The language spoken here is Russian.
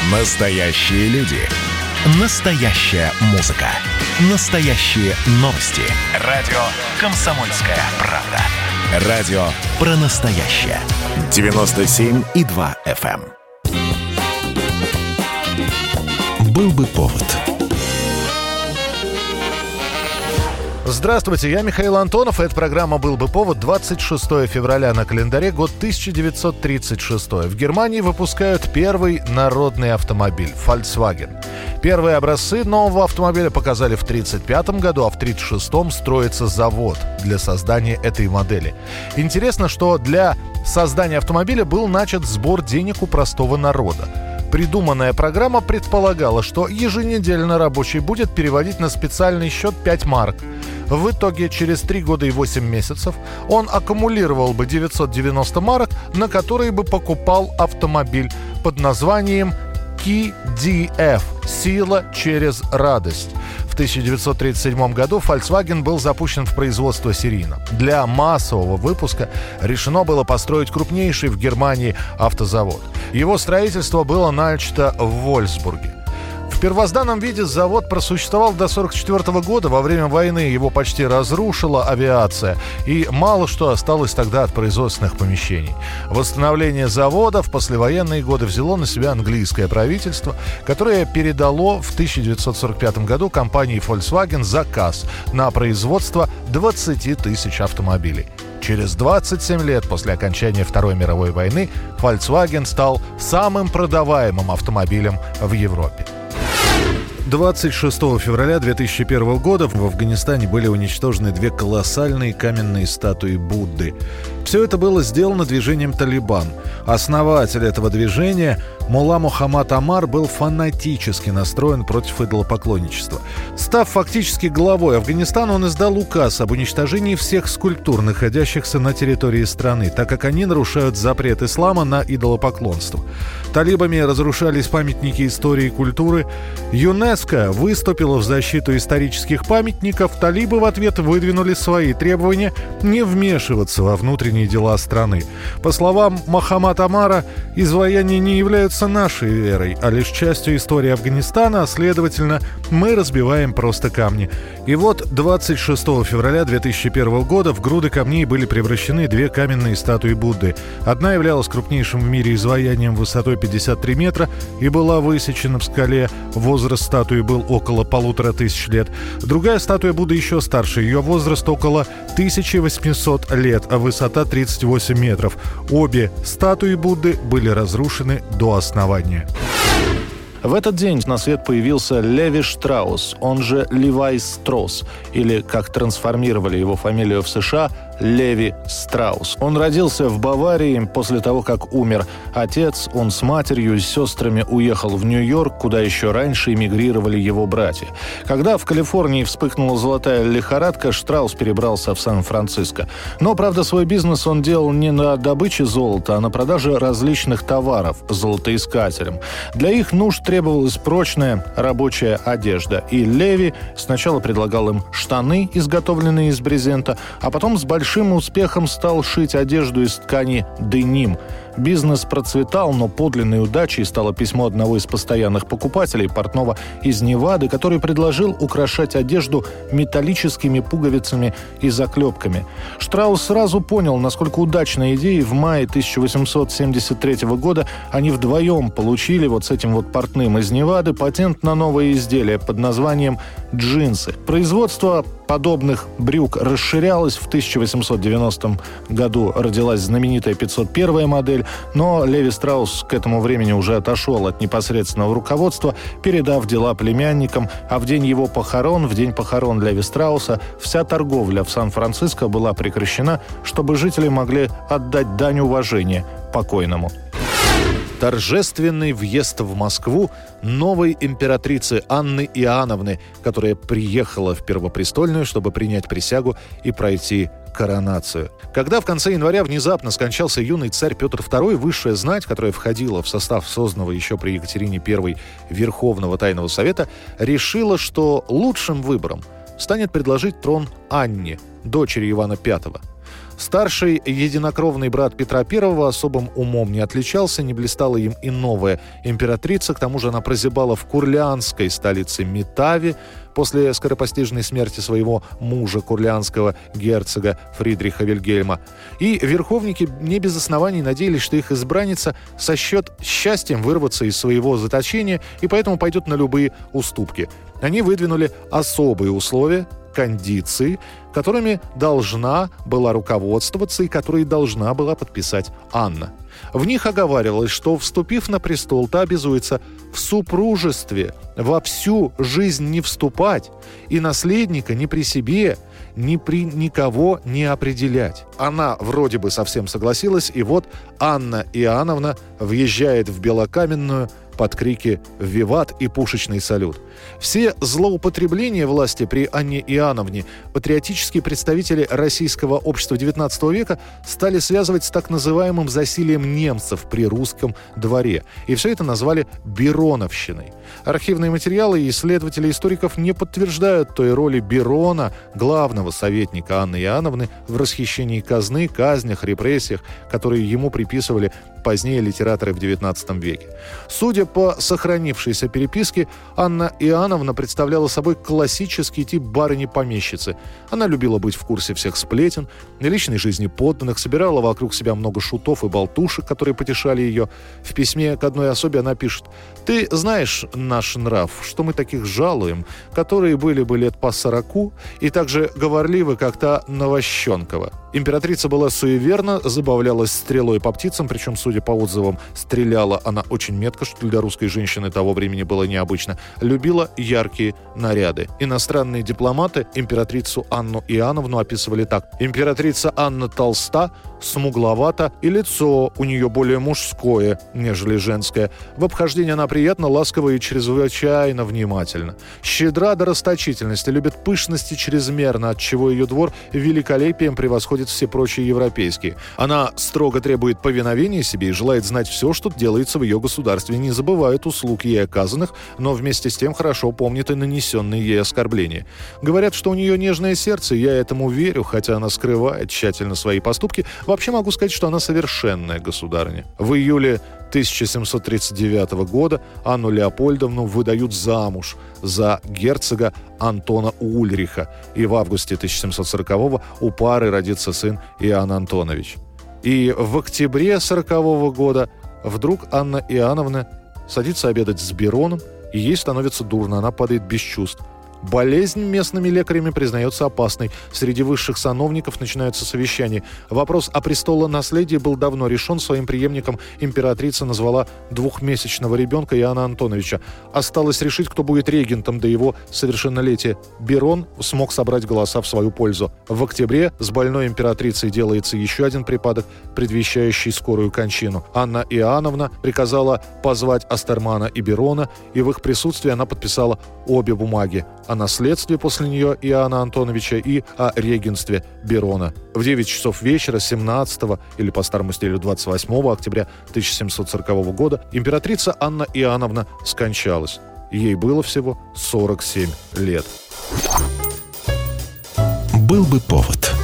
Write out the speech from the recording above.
Настоящие люди. Настоящая музыка. Настоящие новости. Радио «Комсомольская правда». Радио про настоящее. 97,2 FM. Был бы повод. Здравствуйте, я Михаил Антонов, и эта программа «Был бы повод». 26 февраля на календаре, год 1936. В Германии выпускают первый народный автомобиль – Volkswagen. Первые образцы нового автомобиля показали в 1935 году, а в 1936 строится завод для создания этой модели. Интересно, что для создания автомобиля был начат сбор денег у простого народа. Придуманная программа предполагала, что еженедельно рабочий будет переводить на специальный счет 5 марок. В итоге, через 3 года и 8 месяцев он аккумулировал бы 990 марок, на которые бы покупал автомобиль под названием KDF – «Сила через радость». В 1937 году Volkswagen был запущен в производство серийно. Для массового выпуска решено было построить крупнейший в Германии автозавод. Его строительство было начато в Вольфсбурге. В первозданном виде завод просуществовал до 1944 года. Во время войны его почти разрушила авиация, и мало что осталось тогда от производственных помещений. Восстановление завода в послевоенные годы взяло на себя английское правительство, которое передало в 1945 году компании Volkswagen заказ на производство 20 тысяч автомобилей. Через 27 лет после окончания Второй мировой войны Volkswagen стал самым продаваемым автомобилем в Европе. 26 февраля 2001 года в Афганистане были уничтожены 2 колоссальные каменные статуи Будды. Все это было сделано движением «Талибан». Основатель этого движения, Мулла Мухаммад Омар, был фанатически настроен против идолопоклонничества. Став фактически главой Афганистана, он издал указ об уничтожении всех скульптур, находящихся на территории страны, так как они нарушают запрет ислама на идолопоклонство. Талибами разрушались памятники истории и культуры. ЮНЕСКО выступила в защиту исторических памятников. Талибы в ответ выдвинули свои требования не вмешиваться во внутренние дела страны. По словам Мухаммада Омара, изваяния не являются нашей верой, а лишь частью истории Афганистана, а следовательно, мы разбиваем просто камни. И вот 26 февраля 2001 года в груды камней были превращены 2 каменные статуи Будды. Одна являлась крупнейшим в мире изваянием высотой 53 метра и была высечена в скале. Возраст статуи был около 1500 лет. Другая статуя Будды еще старше. Ее возраст около 1800 лет, а высота 38 метров. Обе статуи Будды были разрушены до основания. В этот день на свет появился Леви Штраус, он же Левай Стросс, или, как трансформировали его фамилию в США, Леви Страус. Он родился в Баварии после того, как умер отец. Он с матерью и сестрами уехал в Нью-Йорк, куда еще раньше эмигрировали его братья. Когда в Калифорнии вспыхнула золотая лихорадка, Штраус перебрался в Сан-Франциско. Но, правда, свой бизнес он делал не на добыче золота, а на продаже различных товаров золотоискателям. Для их нужд требовалась прочная рабочая одежда. И Леви сначала предлагал им штаны, изготовленные из брезента, а потом с большим успехом стал шить одежду из ткани деним. Бизнес процветал, но подлинной удачей стало письмо одного из постоянных покупателей, портного из Невады, который предложил украшать одежду металлическими пуговицами и заклепками. Штраус сразу понял, насколько удачная идея, и в мае 1873 года они вдвоем получили вот с этим вот портным из Невады патент на новое изделие под названием джинсы. Производство подобных брюк расширялось. В 1890 году родилась знаменитая 501 модель, но Леви Страус к этому времени уже отошел от непосредственного руководства, передав дела племянникам, а в день его похорон, в день похорон Леви Страуса, вся торговля в Сан-Франциско была прекращена, чтобы жители могли отдать дань уважения покойному. Торжественный въезд в Москву новой императрицы Анны Иоанновны, которая приехала в Первопрестольную, чтобы принять присягу и пройти коронацию. Когда в конце января внезапно скончался юный царь Петр II, высшая знать, которая входила в состав созданного еще при Екатерине I Верховного Тайного Совета, решила, что лучшим выбором станет предложить трон Анне, дочери Ивана V. Старший единокровный брат Петра I особым умом не отличался, не блистала им и новая императрица. К тому же она прозябала в курляндской столице Метаве после скоропостижной смерти своего мужа, курляндского герцога Фридриха Вильгельма. И верховники не без оснований надеялись, что их избранница сочтет счастьем вырваться из своего заточения и поэтому пойдет на любые уступки. Они выдвинули особые условия, кондиции, которыми должна была руководствоваться и которые должна была подписать Анна. В них оговаривалось, что, вступив на престол, та обязуется в супружестве во всю жизнь не вступать и наследника ни при себе, ни при никого не определять. Она вроде бы совсем согласилась, и вот Анна Иоанновна въезжает в Белокаменную под крики «Виват» и пушечный салют. Все злоупотребления власти при Анне Иоанновне патриотические представители российского общества XIX века стали связывать с так называемым засилием немцев при русском дворе. И все это назвали «Бироновщиной». Архивные материалы и исследователи историков не подтверждают той роли Бирона, главного советника Анны Иоанновны, в расхищении казны, казнях, репрессиях, которые ему приписывали позднее литераторы в XIX веке. Судя по сохранившейся переписке, Анна Иоанновна представляла собой классический тип барыни-помещицы. Она любила быть в курсе всех сплетен, личной жизни подданных, собирала вокруг себя много шутов и болтушек, которые потешали ее. В письме к одной особе она пишет: «Ты знаешь наш нрав, что мы таких жалуем, которые были бы лет по 40 и так же говорливы, как та Новощенкова». Императрица была суеверна, забавлялась стрелой по птицам, причем, судя по отзывам, стреляла она очень метко, что для русской женщины того времени было необычно. Любила яркие наряды. Иностранные дипломаты императрицу Анну Иоанновну описывали так: императрица Анна толста, смугловата, и лицо у нее более мужское, нежели женское. В обхождении она приятна, ласкова и чрезвычайно внимательна. Щедра до расточительности, любит пышности чрезмерно, отчего ее двор великолепием превосходит все прочие европейские. Она строго требует повиновения себе и желает знать все, что делается в ее государстве, не забывает услуг ей оказанных, но вместе с тем хорошо помнит и нанесенные ей оскорбления. Говорят, что у нее нежное сердце, я этому верю, хотя она скрывает тщательно свои поступки. Вообще могу сказать, что она совершенная государыня. В июле 1739 года Анну Леопольдовну выдают замуж за герцога Антона Ульриха, и в августе 1740-го у пары родится сын Иоанн Антонович. И в октябре 1940 года вдруг Анна Иоанновна садится обедать с Бироном, и ей становится дурно, она падает без чувств. Болезнь местными лекарями признается опасной. Среди высших сановников начинаются совещания. Вопрос о престолонаследии был давно решен. Своим преемником императрица назвала двухмесячного ребенка Иоанна Антоновича. Осталось решить, кто будет регентом до его совершеннолетия. Бирон смог собрать голоса в свою пользу. В октябре с больной императрицей делается еще один припадок, предвещающий скорую кончину. Анна Иоанновна приказала позвать Астермана и Бирона, и в их присутствии она подписала обе бумаги: о наследстве после нее Иоанна Антоновича и о регенстве Бирона. В 9 часов вечера 17 или по старому стилю 28 октября 1740 года императрица Анна Иоанновна скончалась. Ей было всего 47 лет. Был бы повод.